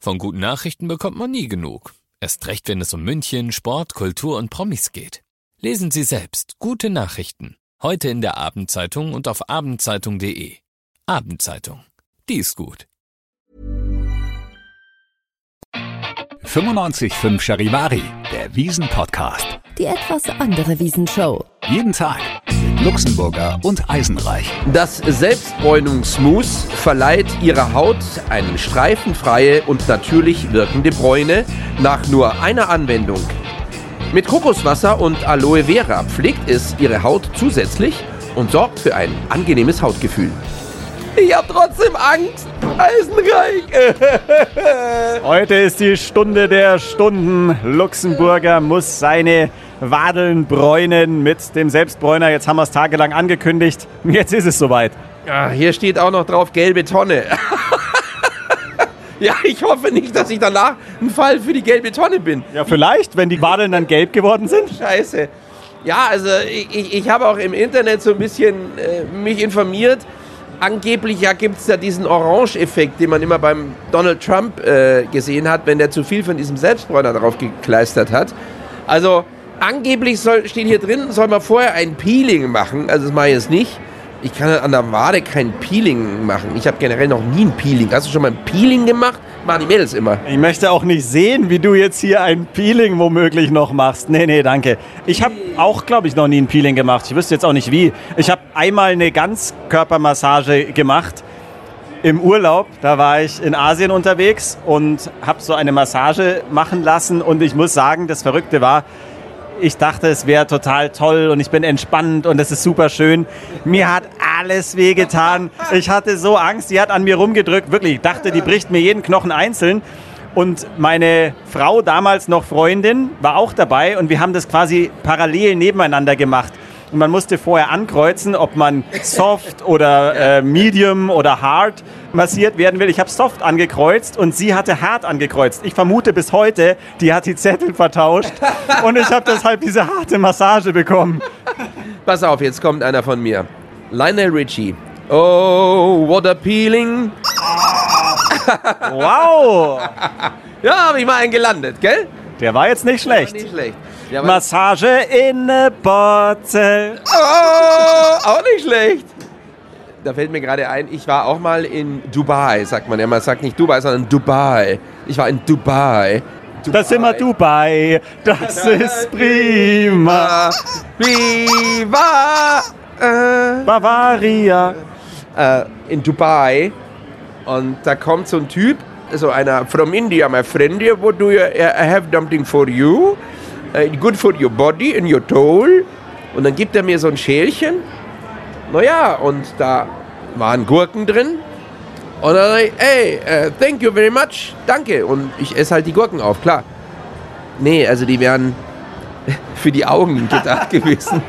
Von guten Nachrichten bekommt man nie genug. Erst recht, wenn es um München, Sport, Kultur und Promis geht. Lesen Sie selbst gute Nachrichten. Heute in der Abendzeitung und auf abendzeitung.de. Abendzeitung. Die ist gut. 95.5 Charivari, der Wiesn-Podcast. Die etwas andere Wiesn-Show. Jeden Tag mit Luxemburger und Eisenreich. Das Selbstbräunungsmousse verleiht ihrer Haut eine streifenfreie und natürlich wirkende Bräune nach nur einer Anwendung. Mit Kokoswasser und Aloe Vera pflegt es ihre Haut zusätzlich und sorgt für ein angenehmes Hautgefühl. Ich hab trotzdem Angst. Eisenreich. Heute ist die Stunde der Stunden. Luxemburger muss seine Wadeln bräunen mit dem Selbstbräuner. Jetzt haben wir es tagelang angekündigt. Jetzt ist es soweit. Ja, hier steht auch noch drauf gelbe Tonne. Ja, ich hoffe nicht, dass ich danach ein Fall für die gelbe Tonne bin. Ja, vielleicht, wenn die Wadeln dann gelb geworden sind. Scheiße. Ja, also ich habe auch im Internet so ein bisschen mich informiert. Angeblich gibt es ja diesen Orange-Effekt, den man immer beim Donald Trump gesehen hat, wenn der zu viel von diesem Selbstbräuner drauf gekleistert hat. Also angeblich steht hier drin, soll man vorher ein Peeling machen. Also das mache ich jetzt nicht. Ich kann an der Wade kein Peeling machen. Ich habe generell noch nie ein Peeling. Hast du schon mal ein Peeling gemacht? Machen die Mädels immer. Ich möchte auch nicht sehen, wie du jetzt hier ein Peeling womöglich noch machst. Nee, danke. Ich habe auch, glaube ich, noch nie ein Peeling gemacht. Ich wüsste jetzt auch nicht wie. Ich habe einmal eine Ganzkörpermassage gemacht im Urlaub. Da war ich in Asien unterwegs und habe so eine Massage machen lassen. Und ich muss sagen, das Verrückte war, ich dachte, es wäre total toll und ich bin entspannt und es ist super schön. Mir hat alles wehgetan. Ich hatte so Angst, die hat an mir rumgedrückt. Wirklich, ich dachte, die bricht mir jeden Knochen einzeln. Und meine Frau, damals noch Freundin, war auch dabei und wir haben das quasi parallel nebeneinander gemacht. Und man musste vorher ankreuzen, ob man soft oder medium oder hard massiert werden will. Ich habe soft angekreuzt und sie hatte hart angekreuzt. Ich vermute bis heute, die hat die Zettel vertauscht und ich habe deshalb diese harte Massage bekommen. Pass auf, jetzt kommt einer von mir. Lionel Richie. Oh, what a peeling. Wow. Ja, habe ich mal einen gelandet, gell? Der war jetzt nicht schlecht. Nicht schlecht. Ja, Massage in a Bottle. Oh, auch nicht schlecht. Da fällt mir gerade ein, ich war auch mal in Dubai, sagt man ja. Man sagt nicht Dubai, sondern Dubai. Ich war in Dubai. Das sind wir Dubai. Das ist prima. Viva! Bavaria. In Dubai. Und da kommt so ein Typ, so einer from India, my friend, what do you, I have something for you. Good for your body and your soul. Und dann gibt er mir so ein Schälchen. Naja, und da waren Gurken drin. Und dann sag ich, hey, thank you very much. Danke. Und ich esse halt die Gurken auf, klar. Nee, also die wären für die Augen gedacht gewesen.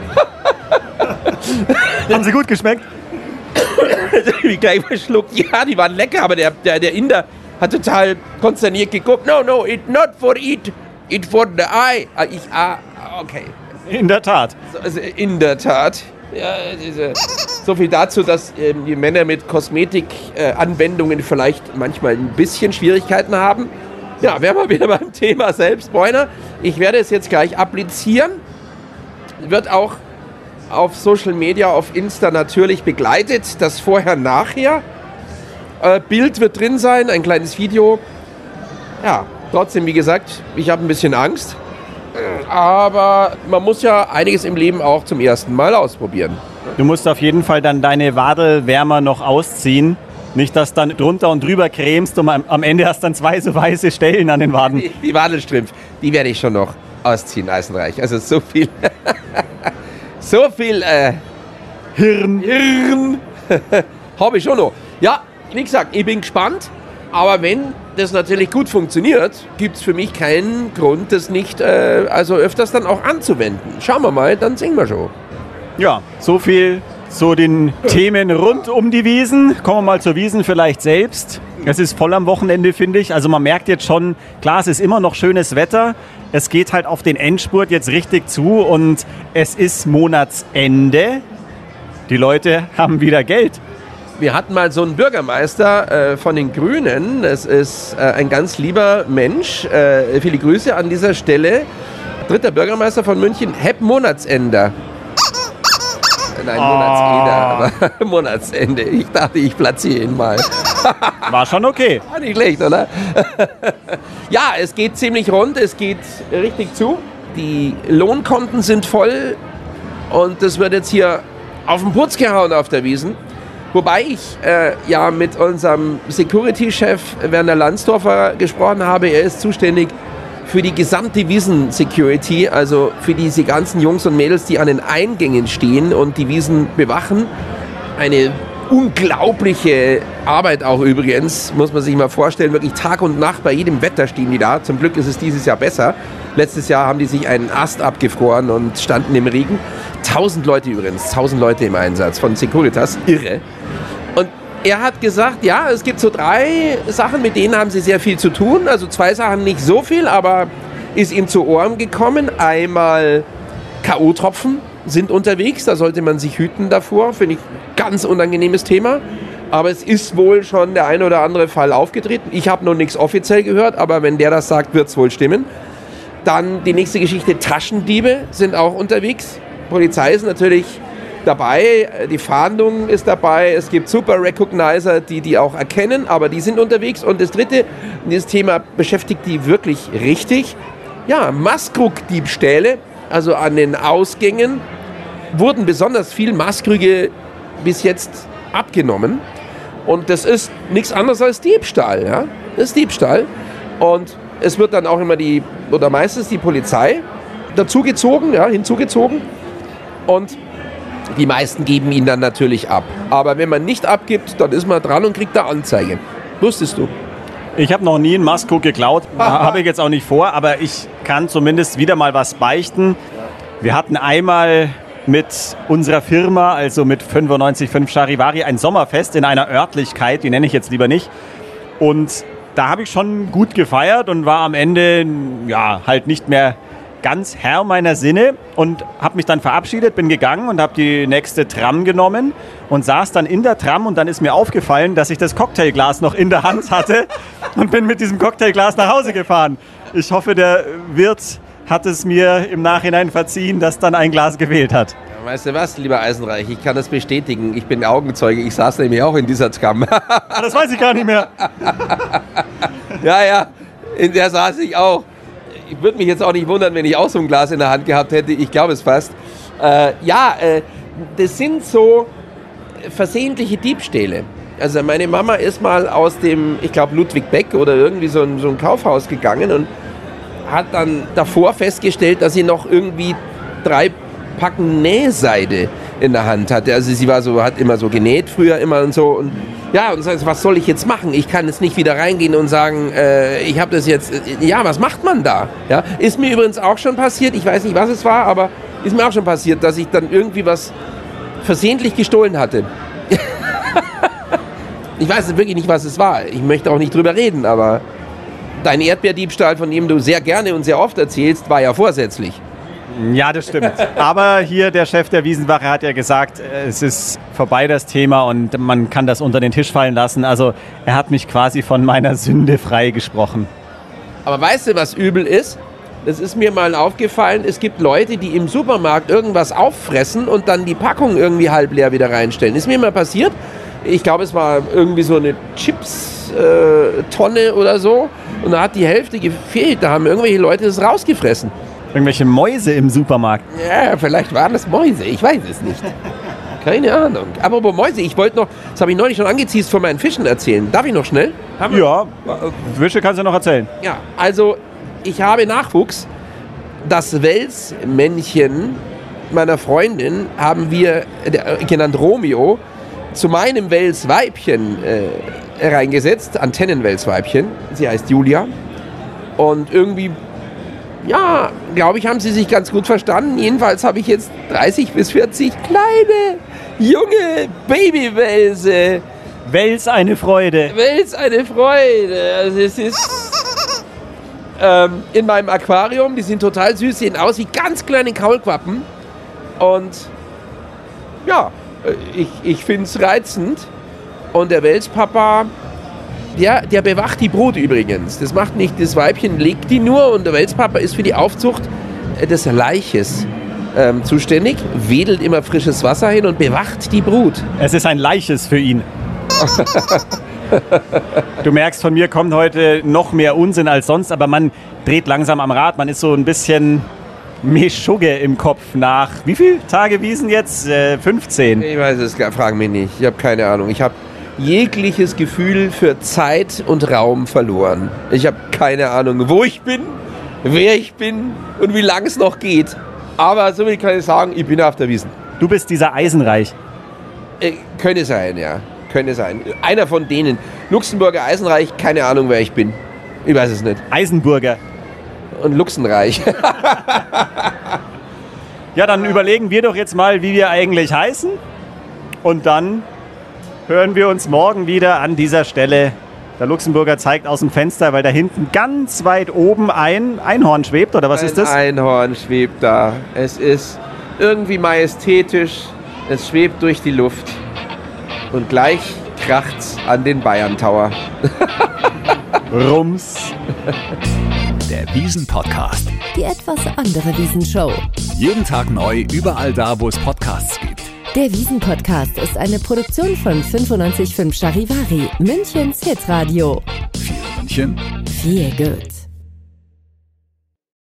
Haben sie gut geschmeckt? Ich gleich verschluckt. Ja, die waren lecker, aber der Inder hat total konsterniert geguckt. No, it's not for eat. It for the eye. Okay. In der Tat. Also in der Tat. Ja, so viel dazu, dass die Männer mit Kosmetikanwendungen vielleicht manchmal ein bisschen Schwierigkeiten haben. Ja, wären wir wieder beim Thema Selbstbräuner. Ich werde es jetzt gleich applizieren. Wird auch auf Social Media, auf Insta natürlich begleitet. Das Vorher-Nachher. Bild wird drin sein, ein kleines Video. Ja. Trotzdem, wie gesagt, ich habe ein bisschen Angst, aber man muss ja einiges im Leben auch zum ersten Mal ausprobieren. Du musst auf jeden Fall dann deine Wadelwärmer noch ausziehen. Nicht, dass dann drunter und drüber cremst und am Ende hast dann 2 so weiße Stellen an den Waden. Die Wadelstrümpfe, die werde ich schon noch ausziehen, Eisenreich. Also so viel Hirn habe ich schon noch. Ja, wie gesagt, ich bin gespannt, aber wenn das natürlich gut funktioniert, gibt es für mich keinen Grund, das nicht öfters dann auch anzuwenden. Schauen wir mal, dann sehen wir schon. Ja, so viel zu den Themen rund um die Wiesn. Kommen wir mal zur Wiesn vielleicht selbst. Es ist voll am Wochenende, finde ich. Also man merkt jetzt schon, klar, es ist immer noch schönes Wetter. Es geht halt auf den Endspurt jetzt richtig zu und es ist Monatsende. Die Leute haben wieder Geld. Wir hatten mal so einen Bürgermeister von den Grünen. Das ist ein ganz lieber Mensch. Viele Grüße an dieser Stelle. 3. Bürgermeister von München, Hepp Monatsender. Nein, Monatseder, aber Monatsende. Ich dachte, ich platziere ihn mal. War schon okay. War nicht schlecht, oder? Ja, es geht ziemlich rund, es geht richtig zu. Die Lohnkonten sind voll und das wird jetzt hier auf den Putz gehauen auf der Wiesn. Wobei ich ja mit unserem Security-Chef Werner Landsdorfer gesprochen habe. Er ist zuständig für die gesamte Wiesn-Security, also für diese ganzen Jungs und Mädels, die an den Eingängen stehen und die Wiesn bewachen. Eine unglaubliche Arbeit auch übrigens, muss man sich mal vorstellen. Wirklich Tag und Nacht, bei jedem Wetter stehen die da. Zum Glück ist es dieses Jahr besser. Letztes Jahr haben die sich einen Ast abgefroren und standen im Regen. 1000 Leute übrigens, 1000 Leute im Einsatz von Securitas. Irre. Und er hat gesagt, ja, es gibt so 3 Sachen, mit denen haben sie sehr viel zu tun. Also 2 Sachen nicht so viel, aber ist ihm zu Ohren gekommen. Einmal K.O.-Tropfen sind unterwegs, da sollte man sich hüten davor. Finde ich ganz unangenehmes Thema. Aber es ist wohl schon der ein oder andere Fall aufgetreten. Ich habe noch nichts offiziell gehört, aber wenn der das sagt, wird es wohl stimmen. Dann die nächste Geschichte, Taschendiebe sind auch unterwegs. Polizei ist natürlich dabei, die Fahndung ist dabei, es gibt Super Recognizer, die auch erkennen, aber die sind unterwegs. Und das dritte, dieses Thema beschäftigt die wirklich richtig. Ja, Maßkrug-Diebstähle, also an den Ausgängen wurden besonders viel Maßkrüge bis jetzt abgenommen. Und das ist nichts anderes als Diebstahl. Ja? Das ist Diebstahl. Und es wird dann auch immer meistens die Polizei dazugezogen, ja, hinzugezogen. Und die meisten geben ihn dann natürlich ab. Aber wenn man nicht abgibt, dann ist man dran und kriegt da Anzeige. Wusstest du? Ich habe noch nie einen Maßkrug geklaut, habe ich jetzt auch nicht vor, aber ich kann zumindest wieder mal was beichten. Wir hatten einmal mit unserer Firma, also mit 95.5 Charivari, ein Sommerfest in einer Örtlichkeit, die nenne ich jetzt lieber nicht. Und da habe ich schon gut gefeiert und war am Ende ja halt nicht mehr ganz Herr meiner Sinne und habe mich dann verabschiedet, bin gegangen und habe die nächste Tram genommen und saß dann in der Tram und dann ist mir aufgefallen, dass ich das Cocktailglas noch in der Hand hatte und bin mit diesem Cocktailglas nach Hause gefahren. Ich hoffe, der Wirt hat es mir im Nachhinein verziehen, dass dann ein Glas gewählt hat. Weißt du was, lieber Eisenreich, ich kann das bestätigen. Ich bin Augenzeuge, ich saß nämlich auch in dieser Tram. Das weiß ich gar nicht mehr. Ja, in der saß ich auch. Ich würde mich jetzt auch nicht wundern, wenn ich auch so ein Glas in der Hand gehabt hätte. Ich glaube es fast. Das sind so versehentliche Diebstähle. Also meine Mama ist mal aus dem, ich glaube Ludwig Beck oder irgendwie so ein Kaufhaus gegangen und hat dann davor festgestellt, dass sie noch irgendwie 3 Packen Nähseide in der Hand hatte. Also sie hat immer so genäht früher immer und so. Und ja, und sagt, was soll ich jetzt machen? Ich kann jetzt nicht wieder reingehen und sagen, ich habe das jetzt. Ja, was macht man da? Ja, ist mir übrigens auch schon passiert. Ich weiß nicht, was es war, aber ist mir auch schon passiert, dass ich dann irgendwie was versehentlich gestohlen hatte. Ich weiß wirklich nicht, was es war. Ich möchte auch nicht drüber reden, aber dein Erdbeerdiebstahl, von dem du sehr gerne und sehr oft erzählst, war ja vorsätzlich. Ja, das stimmt. Aber hier der Chef der Wiesenwache hat ja gesagt, es ist vorbei das Thema und man kann das unter den Tisch fallen lassen. Also er hat mich quasi von meiner Sünde freigesprochen. Aber weißt du, was übel ist? Das ist mir mal aufgefallen, es gibt Leute, die im Supermarkt irgendwas auffressen und dann die Packung irgendwie halb leer wieder reinstellen. Ist mir mal passiert. Ich glaube, es war irgendwie so eine Chips-Tonne oder so. Und da hat die Hälfte gefehlt. Da haben irgendwelche Leute das rausgefressen. Irgendwelche Mäuse im Supermarkt. Ja, vielleicht waren das Mäuse. Ich weiß es nicht. Keine Ahnung. Aber Mäuse, ich wollte noch, das habe ich neulich schon angeteased, von meinen Fischen erzählen. Darf ich noch schnell? Ja, Fische kannst du noch erzählen. Ja, also ich habe Nachwuchs. Das Welsmännchen meiner Freundin haben wir, genannt Romeo, zu meinem Welsweibchen reingesetzt. Antennenwelsweibchen. Sie heißt Julia. Und irgendwie, ja, glaube ich, haben sie sich ganz gut verstanden. Jedenfalls habe ich jetzt 30 bis 40 kleine, junge Babywelse. Wels eine Freude. Wels eine Freude. Also es ist in meinem Aquarium. Die sind total süß, sehen aus wie ganz kleine Kaulquappen. Und ja, ich finde es reizend. Und der Welspapa, der bewacht die Brut übrigens. Das macht nicht das Weibchen, legt die nur und der Welspapa ist für die Aufzucht des Laiches zuständig, wedelt immer frisches Wasser hin und bewacht die Brut. Es ist ein Laiches für ihn. Du merkst, von mir kommt heute noch mehr Unsinn als sonst, aber man dreht langsam am Rad. Man ist so ein bisschen Meschugge im Kopf nach. Wie viele Tage Wiesn jetzt? 15. Ich weiß es, frag mich nicht. Ich habe keine Ahnung. Ich habe jegliches Gefühl für Zeit und Raum verloren. Ich habe keine Ahnung, wo ich bin, wer ich bin und wie lange es noch geht. Aber so viel kann ich sagen, ich bin auf der Wiesn. Du bist dieser Eisenreich. Könnte sein, ja. Könnte sein. Einer von denen. Luxemburger Eisenreich, keine Ahnung, wer ich bin. Ich weiß es nicht. Eisenburger. Und Luxenreich. Ja, dann überlegen wir doch jetzt mal, wie wir eigentlich heißen. Und dann hören wir uns morgen wieder an dieser Stelle. Der Luxemburger zeigt aus dem Fenster, weil da hinten ganz weit oben ein Einhorn schwebt. Oder was ist das? Ein Einhorn schwebt da. Es ist irgendwie majestätisch. Es schwebt durch die Luft. Und gleich kracht's an den Bayern Tower. Rums. Der Wiesn-Podcast. Die etwas andere Wiesn-Show. Jeden Tag neu, überall da, wo es Podcasts gibt. Der Wiesn-Podcast ist eine Produktion von 95.5 Charivari, Münchens Hitradio. Für München. Viel gut.